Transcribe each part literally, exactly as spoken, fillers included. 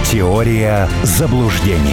Теория заблуждений.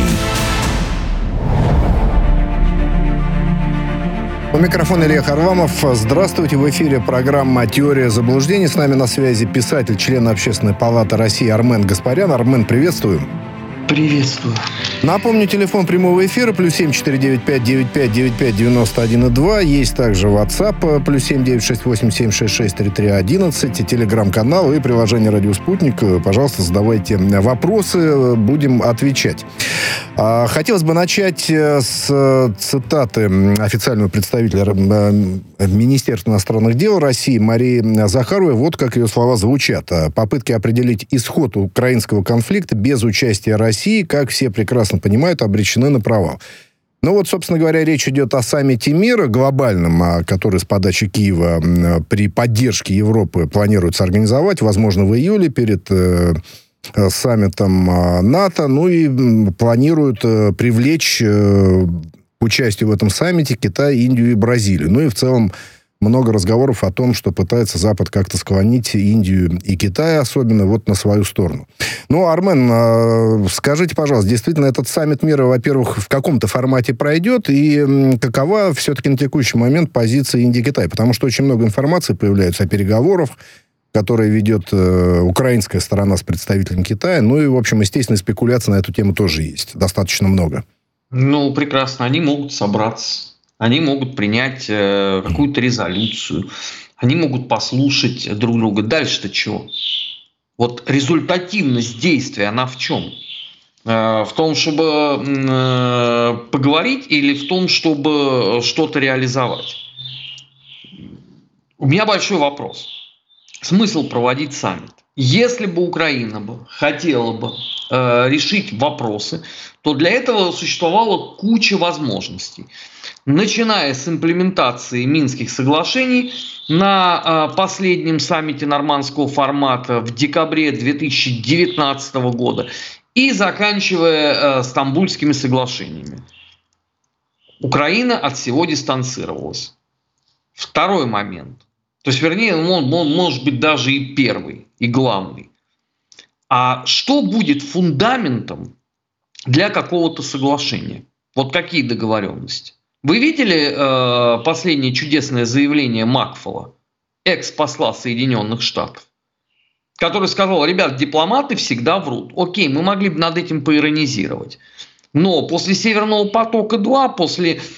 У микрофона Илья Харламов. Здравствуйте. В эфире программа «Теория заблуждений». С нами на связи писатель, член Общественной палаты России Армен Гаспарян. Армен, приветствую. Приветствую. Напомню, телефон прямого эфира плюс семь четыре девять пять девять пять девять пять девяносто один и два. Есть также WhatsApp плюс семь девять шесть восемь семь шесть шесть три три одиннадцать. И телеграм-канал и приложение «Радио Спутник». Пожалуйста, задавайте вопросы, будем отвечать. Хотелось бы начать с цитаты официального представителя Министерства иностранных дел России Марии Захаровой. Вот как ее слова звучат. Попытки определить исход украинского конфликта без участия России, как все прекрасно понимают, обречены на провал. Ну вот, собственно говоря, речь идет о саммите мира глобальном, который с подачи Киева при поддержке Европы планируется организовать, возможно, в июле перед э, саммитом НАТО. Ну и планируют э, привлечь э, к участию в этом саммите Китай, Индию и Бразилию. Ну и в целом много разговоров о том, что пытается Запад как-то склонить Индию и Китай особенно вот на свою сторону. Ну, Армен, скажите, пожалуйста, действительно этот саммит мира, во-первых, в каком-то формате пройдет, и какова все-таки на текущий момент позиция Индии и Китая? Потому что очень много информации появляется о переговорах, которые ведет э, украинская сторона с представителем Китая. Ну и, в общем, естественно, спекуляций на эту тему тоже есть. Достаточно много. Ну, прекрасно. Они могут собраться. Они могут принять э, какую-то резолюцию. Они могут послушать друг друга. Дальше-то чего? Вот результативность действия, она в чем? Э, в том, чтобы э, поговорить или в том, чтобы что-то реализовать? У меня большой вопрос. Смысл проводить саммит? Если бы Украина бы хотела бы э, решить вопросы, то для этого существовала куча возможностей. Начиная с имплементации Минских соглашений на э, последнем саммите нормандского формата в декабре две тысячи девятнадцатого года и заканчивая э, Стамбульскими соглашениями. Украина от всего дистанцировалась. Второй момент. То есть, вернее, он, он может быть даже и первый, и главный. А что будет фундаментом для какого-то соглашения? Вот какие договоренности? Вы видели э, последнее чудесное заявление Макфола, экс-посла Соединенных Штатов, который сказал: ребят, дипломаты всегда врут. Окей, мы могли бы над этим поиронизировать. Но после Северного потока-два, после э,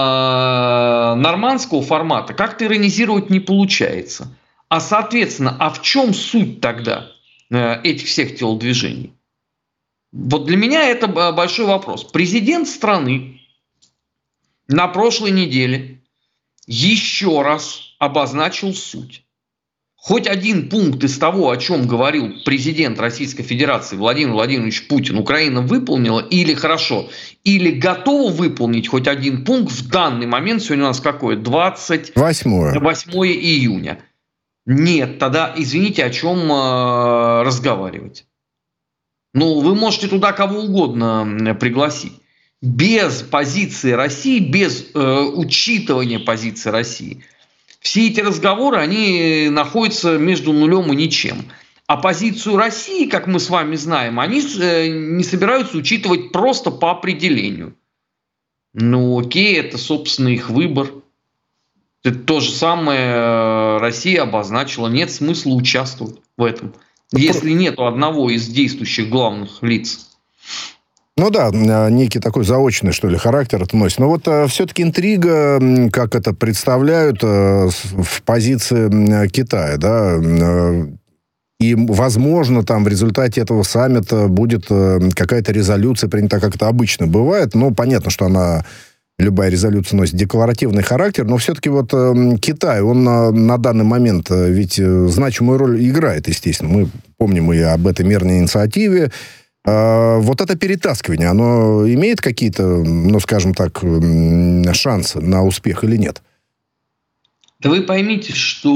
нормандского формата как-то иронизировать не получается. А соответственно, а в чем суть тогда э, этих всех телодвижений? Вот для меня это большой вопрос. Президент страны на прошлой неделе еще раз обозначил суть. Хоть один пункт из того, о чем говорил президент Российской Федерации Владимир Владимирович Путин, Украина выполнила или хорошо, или готова выполнить хоть один пункт в данный момент. Сегодня у нас какое? двадцать восьмое июня. Нет, тогда извините, о чем э, разговаривать. Ну, вы можете туда кого угодно пригласить. Без позиции России, без э, учитывания позиции России, все эти разговоры, они находятся между нулем и ничем. А позицию России, как мы с вами знаем, они не собираются учитывать просто по определению. Ну окей, это, собственно, их выбор. Это то же самое Россия обозначила. Нет смысла участвовать в этом, если нет одного из действующих главных лиц. Ну да, некий такой заочный, что ли, характер это носит. Но вот э, все-таки интрига, как это представляют, э, в позиции Китая, да, э, и, возможно, там в результате этого саммита будет э, какая-то резолюция принята, как это обычно бывает. Ну, понятно, что она, любая резолюция носит декларативный характер, но все-таки вот э, Китай, он э, на данный момент э, ведь э, значимую роль играет, естественно. Мы помним и об этой мирной инициативе. Вот это перетаскивание, оно имеет какие-то, ну, скажем так, шансы на успех или нет? Да вы поймите,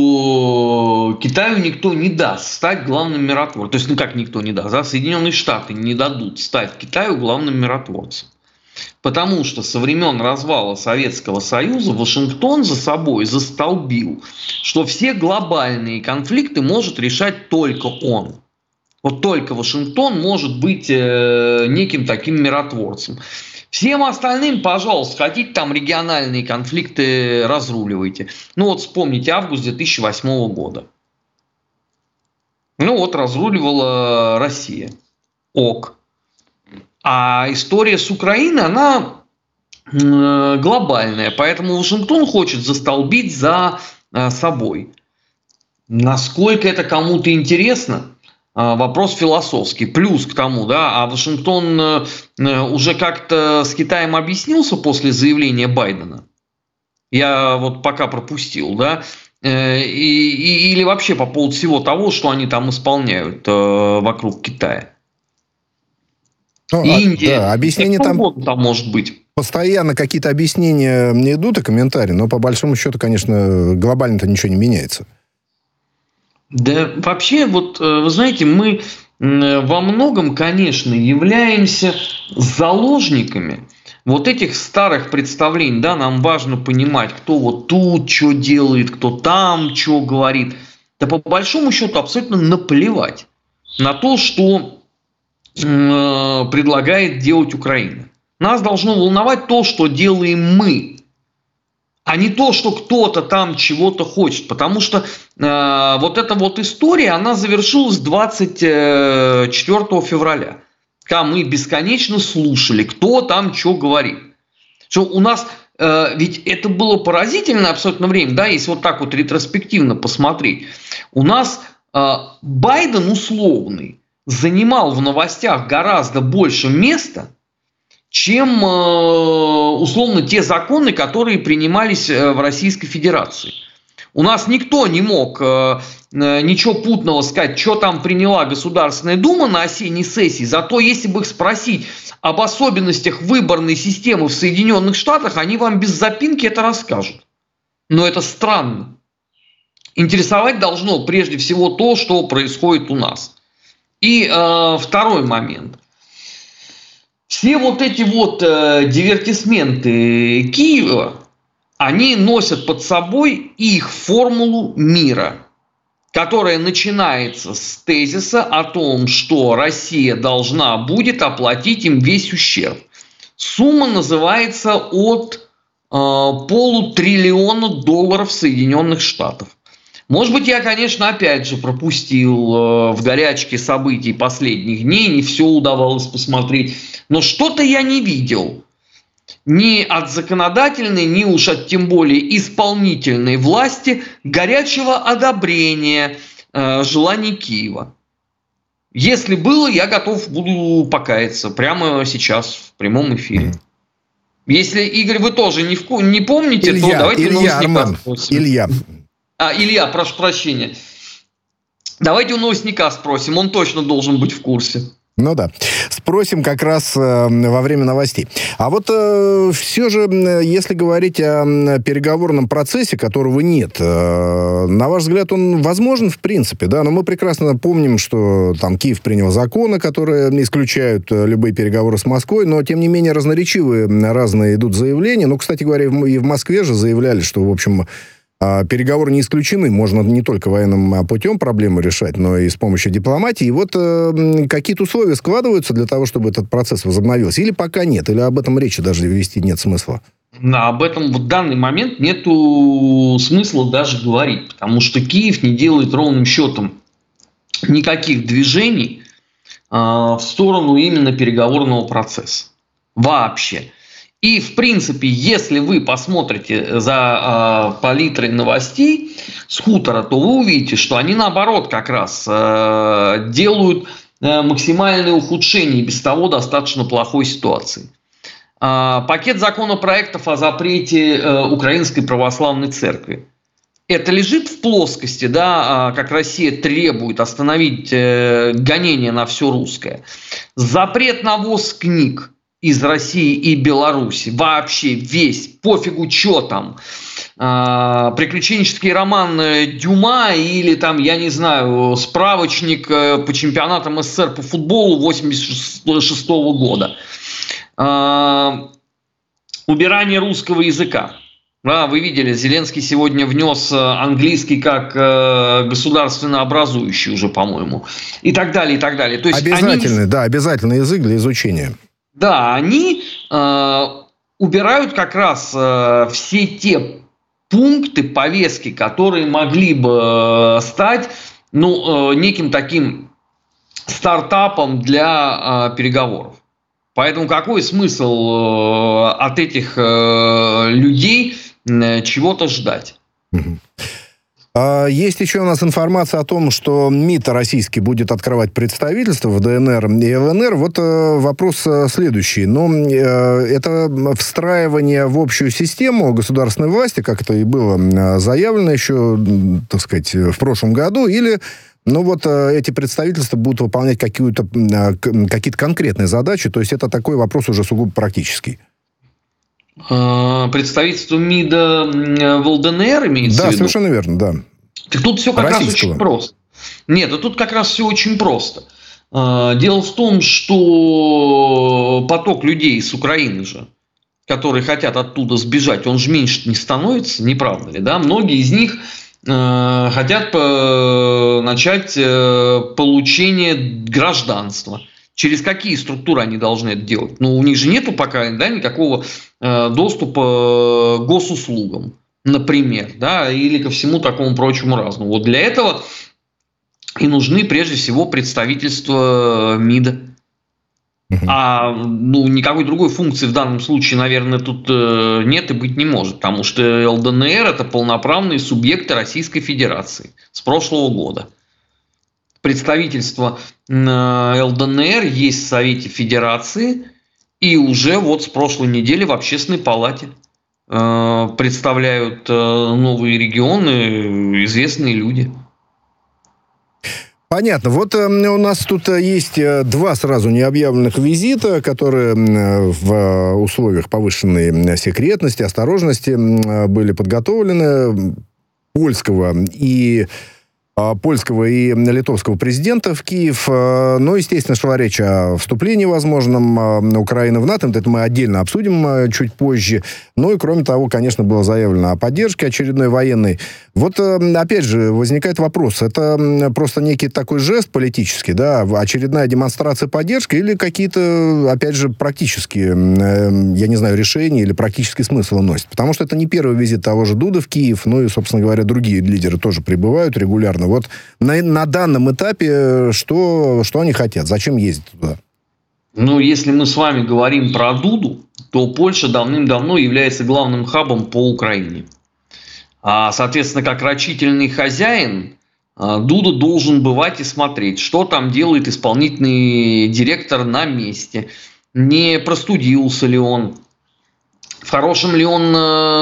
что Китаю никто не даст стать главным миротворцем. То есть, ну как никто не даст, да? Соединенные Штаты не дадут стать Китаю главным миротворцем. Потому что со времен развала Советского Союза Вашингтон за собой застолбил, что все глобальные конфликты может решать только он. Вот только Вашингтон может быть э, неким таким миротворцем. Всем остальным, пожалуйста, хотите там региональные конфликты, разруливайте. Ну вот вспомните август две тысячи восьмого года. Ну вот разруливала Россия. Ок. А история с Украиной, она э, глобальная. Поэтому Вашингтон хочет застолбить за э, собой. Насколько это кому-то интересно? Вопрос философский. Плюс к тому, да, а Вашингтон уже как-то с Китаем объяснился после заявления Байдена? Я вот пока пропустил, да, и, и, или вообще по поводу всего того, что они там исполняют вокруг Китая. Ну, Индия. Да, объяснения там, там может быть. Постоянно какие-то объяснения не идут и комментарии, но по большому счету, конечно, глобально-то ничего не меняется. Да вообще, вот вы знаете, мы во многом, конечно, являемся заложниками вот этих старых представлений. Да, нам важно понимать, кто вот тут что делает, кто там что говорит. Да по большому счету абсолютно наплевать на то, что э, предлагает делать Украина. Нас должно волновать то, что делаем мы, а не то, что кто-то там чего-то хочет. Потому что э, вот эта вот история, она завершилась двадцать четвёртого февраля. Когда мы бесконечно слушали, кто там что говорит. Что у нас, э, ведь это было поразительное абсолютно время, да, если вот так вот ретроспективно посмотреть. У нас э, Байден условный занимал в новостях гораздо больше места, чем условно те законы, которые принимались в Российской Федерации. У нас никто не мог ничего путного сказать, что там приняла Государственная Дума на осенней сессии. Зато если бы их спросить об особенностях выборной системы в Соединенных Штатах, они вам без запинки это расскажут. Но это странно. Интересовать должно прежде всего то, что происходит у нас. И э, второй момент. Все вот эти вот э, дивертисменты Киева, они носят под собой их формулу мира, которая начинается с тезиса о том, что Россия должна будет оплатить им весь ущерб. Сумма называется от э, полутриллиона долларов Соединенных Штатов. Может быть, я, конечно, опять же пропустил э, в горячке событий последних дней, не все удавалось посмотреть, но что-то я не видел ни от законодательной, ни уж от тем более исполнительной власти горячего одобрения э, желаний Киева. Если было, я готов буду покаяться прямо сейчас в прямом эфире. Если, Игорь, вы тоже не, в, не помните, Илья, то давайте Илья, Армен, Илья. А, Илья, прошу прощения. Давайте у новостника спросим, он точно должен быть в курсе. Ну да. Спросим как раз э, во время новостей. А вот э, все же, если говорить о переговорном процессе, которого нет, э, на ваш взгляд, он возможен в принципе, да? Но мы прекрасно помним, что там Киев принял законы, которые исключают любые переговоры с Москвой, но, тем не менее, разноречивые разные идут заявления. Ну, кстати говоря, и в Москве же заявляли, что, в общем... переговоры не исключены. Можно не только военным путем проблемы решать, но и с помощью дипломатии. И вот э, какие-то условия складываются для того, чтобы этот процесс возобновился? Или пока нет? Или об этом речи даже вести нет смысла? Да, об этом в данный момент нету смысла даже говорить. Потому что Киев не делает ровным счетом никаких движений э, в сторону именно переговорного процесса. Вообще. И, в принципе, если вы посмотрите за э, палитрой новостей с хутора, то вы увидите, что они, наоборот, как раз э, делают э, максимальное ухудшение без того достаточно плохой ситуации. Э, пакет законопроектов о запрете э, Украинской Православной Церкви. Это лежит в плоскости, да, э, как Россия требует остановить э, гонение на все русское. Запрет на ввоз книг из России и Беларуси. Вообще весь, пофигу, что там. А, приключенческий роман Дюма или там, я не знаю, справочник по чемпионатам СССР по футболу восемьдесят шестого года. А, убирание русского языка. Да, вы видели, Зеленский сегодня внес английский как э, государственно образующий уже, по-моему. И так далее, и так далее. То есть обязательный, они, да, обязательный язык для изучения. Да, они э, убирают как раз э, все те пункты, повестки, которые могли бы э, стать ну, э, неким таким стартапом для э, переговоров. Поэтому какой смысл э, от этих э, людей э, чего-то ждать? Есть еще у нас информация о том, что МИД российский будет открывать представительство в ДНР и ЛНР. Вот э, вопрос следующий. Ну, э, это встраивание в общую систему государственной власти, как это и было заявлено еще, так сказать, в прошлом году, или... Ну вот э, эти представительства будут выполнять какие-то, э, какие-то конкретные задачи, то есть это такой вопрос уже сугубо практический. Представительство МИДа в ЛДНР имеется да, в виду? Да, совершенно верно, да. Так тут все как Российского. раз очень просто. Нет, да тут как раз все очень просто. Дело в том, что поток людей с Украины же, которые хотят оттуда сбежать, он же меньше не становится, не правда ли? Да? Многие из них хотят начать получение гражданства. Через какие структуры они должны это делать? Ну, у них же нету пока да, никакого доступа к госуслугам, например, да, или ко всему такому прочему разному. Вот для этого и нужны прежде всего представительства МИДа. А ну, никакой другой функции в данном случае, наверное, тут э, нет и быть не может, потому что ЛДНР – это полноправные субъекты Российской Федерации с прошлого года. Представительство э, ЛДНР есть в Совете Федерации и уже вот с прошлой недели в Общественной палате э, представляют э, новые регионы известные люди. Понятно. Вот э, у нас тут есть два сразу необъявленных визита, которые э, в условиях повышенной секретности, осторожности э, были подготовлены. Польского и польского и литовского президента в Киев. Ну, естественно, шла речь о вступлении возможном Украины в НАТО. Это мы отдельно обсудим чуть позже. Ну и, кроме того, конечно, было заявлено о поддержке очередной военной. Вот, опять же, возникает вопрос. Это просто некий такой жест политический, да, очередная демонстрация поддержки или какие-то, опять же, практические, я не знаю, решения или практический смысл носит? Потому что это не первый визит того же Дуда в Киев, ну и, собственно говоря, другие лидеры тоже прибывают регулярно. Вот на, на данном этапе что, что они хотят? Зачем ездить туда? Ну, если мы с вами говорим про Дуду, то Польша давным-давно является главным хабом по Украине. А, соответственно, как рачительный хозяин, Дуда должен бывать и смотреть, что там делает исполнительный директор на месте. Не простудился ли он, в хорошем ли он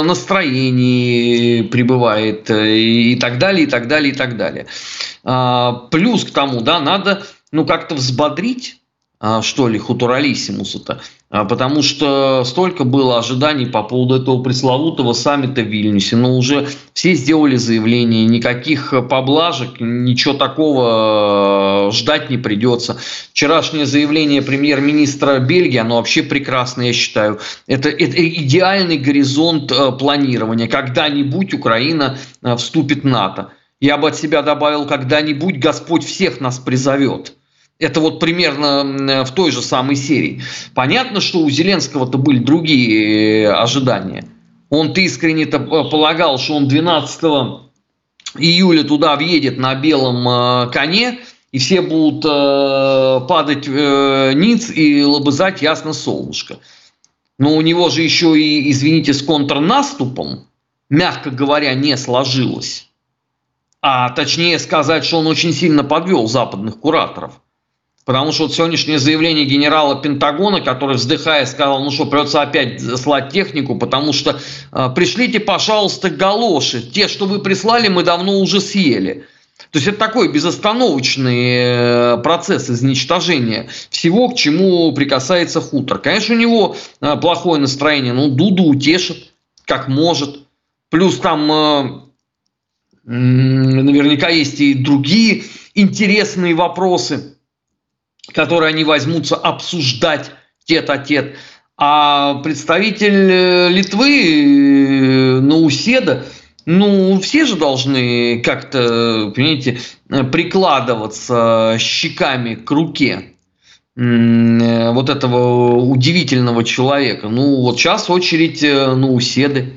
настроении пребывает и так далее, и так далее, и так далее. Плюс к тому, да, надо ну, как-то взбодрить, что ли, хутуралиссимуса-то, потому что столько было ожиданий по поводу этого пресловутого саммита в Вильнюсе, но уже все сделали заявление, никаких поблажек, ничего такого ждать не придется. Вчерашнее заявление премьер-министра Бельгии, оно вообще прекрасно, я считаю. Это, это идеальный горизонт планирования. Когда-нибудь Украина вступит в НАТО. Я бы от себя добавил, когда-нибудь Господь всех нас призовет. Это вот примерно в той же самой серии. Понятно, что у Зеленского-то были другие ожидания. Он-то искренне-то полагал, что он двенадцатого июля туда въедет на белом коне, и все будут падать ниц и лобызать ясно солнышко. Но у него же еще и, извините, с контрнаступом, мягко говоря, не сложилось. А точнее сказать, что он очень сильно подвел западных кураторов. Потому что вот сегодняшнее заявление генерала Пентагона, который, вздыхая, сказал, ну что, придется опять слать технику, потому что э, пришлите, пожалуйста, галоши. Те, что вы прислали, мы давно уже съели. То есть это такой безостановочный э, процесс изничтожения всего, к чему прикасается хутор. Конечно, у него э, плохое настроение, но Дуду утешит, как может. Плюс там э, э, наверняка есть и другие интересные вопросы, которые они возьмутся обсуждать тет-а-тет. А представитель Литвы, Науседа, ну, все же должны как-то, понимаете, прикладываться щеками к руке вот этого удивительного человека. Ну, вот сейчас очередь Науседы.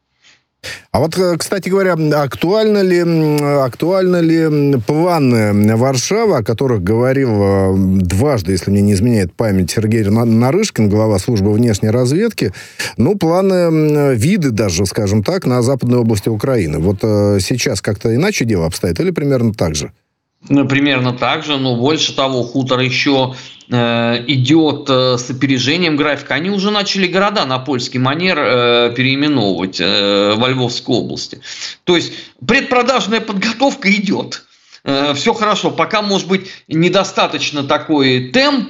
А вот, кстати говоря, актуально ли, актуально ли планы Варшавы, о которых говорил дважды, если мне не изменяет память, Сергей Нарышкин, глава службы внешней разведки, ну, планы, виды даже, скажем так, на западной области Украины. Вот сейчас как-то иначе дело обстоит или примерно так же? Ну, примерно так же, но больше того, хутор еще э, идет э, с опережением графика. Они уже начали города на польский манер э, переименовывать э, во Львовской области. То есть предпродажная подготовка идет. Э, все хорошо, пока может быть недостаточно такой темп,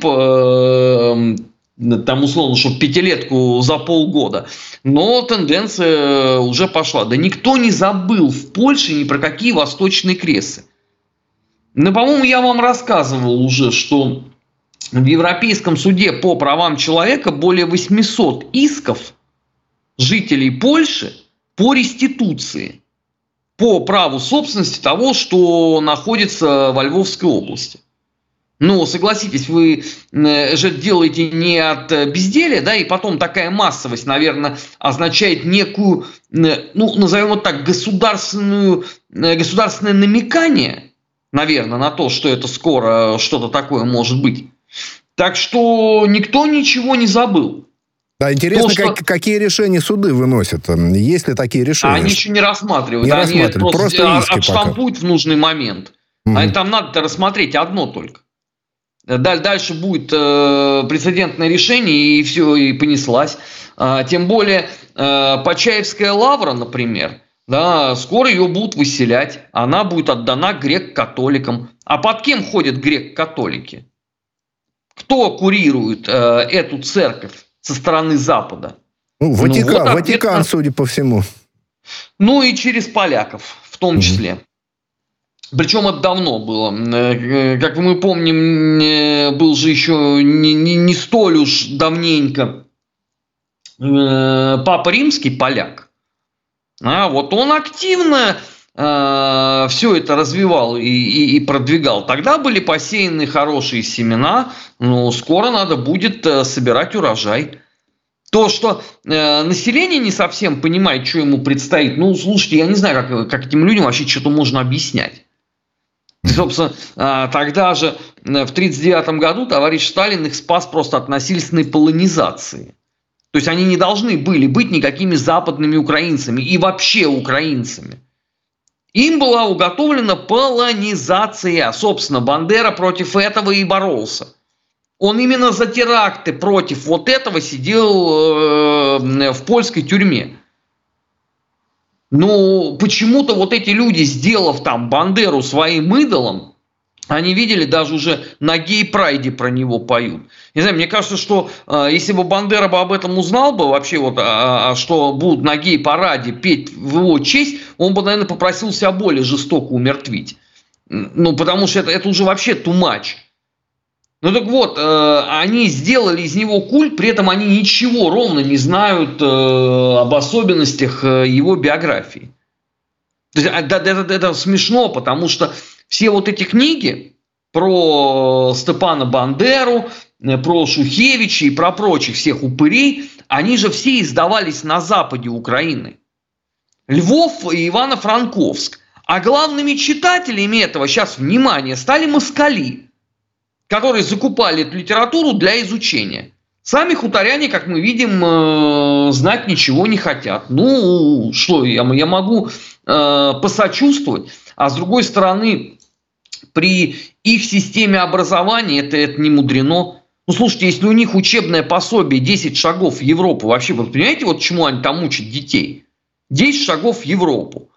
э, там условно, чтобы пятилетку за полгода, но тенденция уже пошла. Да никто не забыл в Польше ни про какие восточные кресы. Ну, по-моему, я вам рассказывал уже, что в Европейском суде по правам человека более восемьсот исков жителей Польши по реституции, по праву собственности того, что находится во Львовской области. Ну, согласитесь, вы же делаете не от безделия, да, и потом такая массовость, наверное, означает некую, ну, назовем вот так, государственную, государственное намекание, наверное, на то, что это скоро что-то такое может быть. Так что никто ничего не забыл. Да, интересно, то, что... как, какие решения суды выносят? Есть ли такие решения? Они еще не рассматривают. Не Они рассматривают, просто, просто отштампуют пока в нужный момент. Угу. А там надо рассмотреть одно только. Дальше будет э, прецедентное решение, и все, и понеслась. А, тем более, э, Почаевская лавра, например, да, скоро ее будут выселять. Она будет отдана грек-католикам. А под кем ходят грек-католики? Кто курирует э, эту церковь со стороны Запада? Ну, Ватикан, ну, вот Ватикан, судя по всему. Ну и через поляков в том числе. Mm-hmm. Причем это давно было. Как мы помним, был же еще не, не, не столь уж давненько Папа Римский поляк. А вот он активно э, все это развивал и, и, и продвигал. Тогда были посеяны хорошие семена, но скоро надо будет э, собирать урожай. То, что э, население не совсем понимает, что ему предстоит, ну, слушайте, я не знаю, как, как этим людям вообще что-то можно объяснять. Собственно, э, тогда же, э, в тридцать девятом году, товарищ Сталин их спас просто от насильственной полонизации. То есть они не должны были быть никакими западными украинцами и вообще украинцами. Им была уготовлена полонизация. Собственно, Бандера против этого и боролся. Он именно за теракты против вот этого сидел э, в польской тюрьме. Но почему-то вот эти люди, сделав там Бандеру своим идолом, они видели, даже уже на гей-прайде про него поют. Не знаю, мне кажется, что э, если бы Бандера бы об этом узнал бы, вообще вот, а, а, что будут на гей-параде петь в его честь, он бы, наверное, попросил себя более жестоко умертвить. Ну, потому что это, это уже вообще too much. Ну так вот, э, они сделали из него культ, при этом они ничего ровно не знают э, об особенностях его биографии. То есть, это, это, это смешно, потому что все вот эти книги про Степана Бандеру, про Шухевича и про прочих всех упырей, они же все издавались на западе Украины. Львов и Ивано-Франковск. А главными читателями этого, сейчас, внимание, стали москали, которые закупали эту литературу для изучения. Сами хуторяне, как мы видим, знать ничего не хотят. Ну, что, я, я могу э, посочувствовать. А с другой стороны, при их системе образования это, это не мудрено. Ну, слушайте, если у них учебное пособие десять шагов в Европу, вообще, вы понимаете, вот чему они там учат детей? десять шагов в Европу.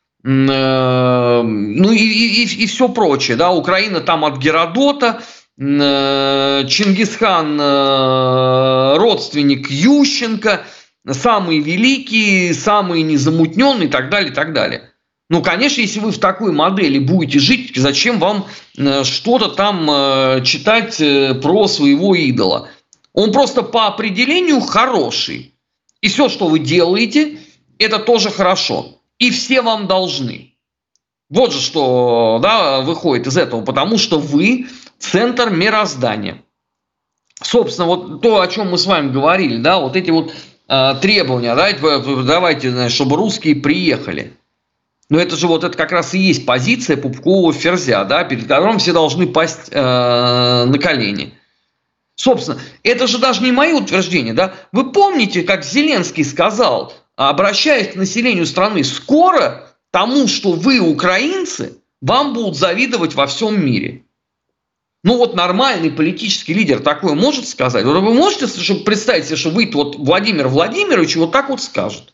Ну и, и, и все прочее. Да? Украина там от Геродота, Чингисхан родственник Ющенко, самый великий, самый незамутненный и так далее, и так далее. Ну, конечно, если вы в такой модели будете жить, зачем вам что-то там читать про своего идола? Он просто по определению хороший. И все, что вы делаете, это тоже хорошо. И все вам должны. Вот же что, да, выходит из этого. Потому что вы центр мироздания. Собственно, вот то, о чем мы с вами говорили, да, вот эти вот э, требования, да, давайте, знаете, чтобы русские приехали. Но это же вот это как раз и есть позиция пупкового ферзя, да, перед которым все должны пасть э, на колени. Собственно, это же даже не мои утверждения, да. Вы помните, как Зеленский сказал, обращаясь к населению страны, скоро тому, что вы, украинцы, вам будут завидовать во всем мире. Ну вот нормальный политический лидер такое может сказать? Вот вы можете представить себе, что выйдет вот Владимир Владимирович и вот так вот скажет?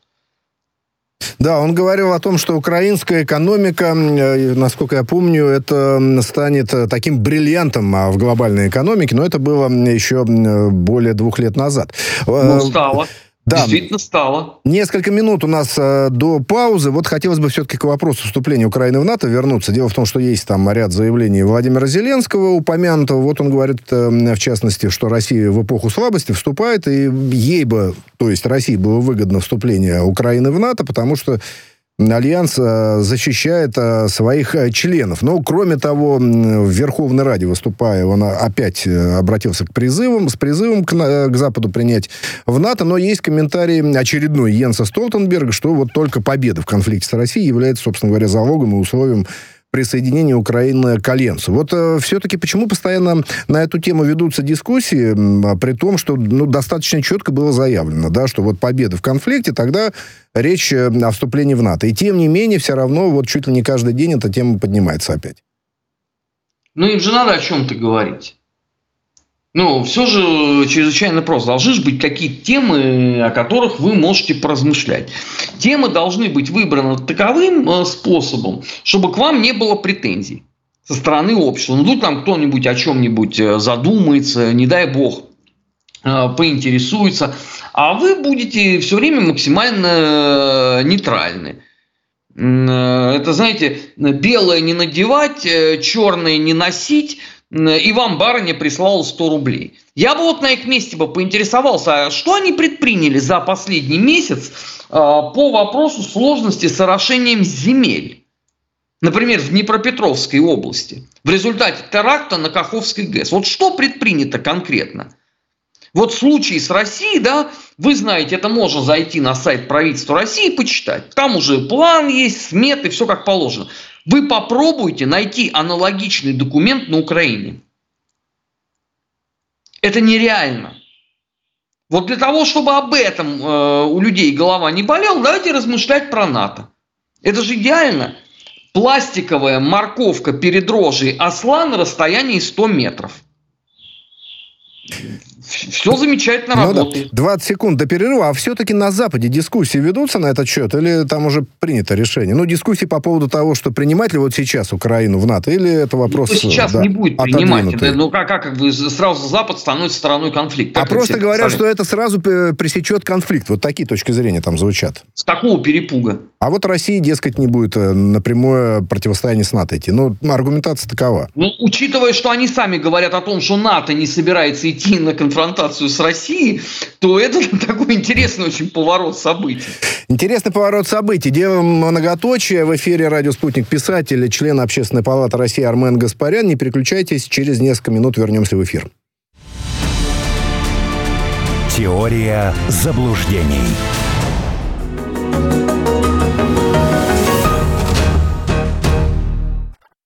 Да, он говорил о том, что украинская экономика, насколько я помню, это станет таким бриллиантом в глобальной экономике, но это было еще более двух лет назад. Ну, стало. Да. Действительно стало. Несколько минут у нас э, до паузы. Вот хотелось бы все-таки к вопросу вступления Украины в НАТО вернуться. Дело в том, что есть там ряд заявлений Владимира Зеленского, упомянутого. Вот он говорит, э, в частности, что Россия в эпоху слабости вступает, и ей бы, то есть России было выгодно вступление Украины в НАТО, потому что Альянс защищает своих членов. Но, кроме того, в Верховной Раде выступая, он опять обратился к призывам, с призывом к, к Западу принять в НАТО. Но есть комментарий очередной Йенса Столтенберга, что вот только победа в конфликте с Россией является, собственно говоря, залогом и условием присоединения Украины к Альянсу. Вот э, все-таки почему постоянно на эту тему ведутся дискуссии, э, при том, что ну, достаточно четко было заявлено, да, что вот победа в конфликте, тогда речь э, о вступлении в НАТО. И тем не менее, все равно вот чуть ли не каждый день эта тема поднимается опять. Ну, им же надо о чем-то говорить. Ну, все же чрезвычайно просто. Должны же быть какие-то темы, о которых вы можете поразмышлять. Темы должны быть выбраны таковым способом, чтобы к вам не было претензий со стороны общества. Ну, тут там кто-нибудь о чем-нибудь задумается, не дай бог, поинтересуется. А вы будете все время максимально нейтральны. Это, знаете, белое не надевать, черное не носить. И вам барыня прислала сто рублей. Я бы вот на их месте бы поинтересовался, а что они предприняли за последний месяц по вопросу сложности с орошением земель. Например, в Днепропетровской области. В результате теракта на Каховской ГЭС. Вот что предпринято конкретно? Вот в случае с Россией, да, вы знаете, это можно зайти на сайт правительства России и почитать. Там уже план есть, сметы, все как положено. Вы попробуйте найти аналогичный документ на Украине. Это нереально. Вот для того, чтобы об этом э, у людей голова не болела, давайте размышлять про НАТО. Это же идеально. Пластиковая морковка перед рожей осла на расстоянии сто метров. Все замечательно ну работает. Да. двадцать секунд до перерыва. А все-таки на Западе дискуссии ведутся на этот счет? Или там уже принято решение? Ну, дискуссии по поводу того, что принимать ли вот сейчас Украину в НАТО? Или это вопрос... Ну, сейчас да, не будет принимать. Это, ну, как, как вы сразу Запад становится стороной конфликта? А просто говорят, что это сразу пресечет конфликт. Вот такие точки зрения там звучат. С такого перепуга. А вот Россия, дескать, не будет напрямую противостояние с НАТО идти. Ну, аргументация такова. Ну, учитывая, что они сами говорят о том, что НАТО не собирается идти на конфронтацию с Россией, то это такой интересный очень поворот событий. Интересный поворот событий. Делаем многоточие. В эфире «Радио Спутник» писатель, член Общественной палаты России Армен Гаспарян. Не переключайтесь, через несколько минут вернемся в эфир. Теория заблуждений.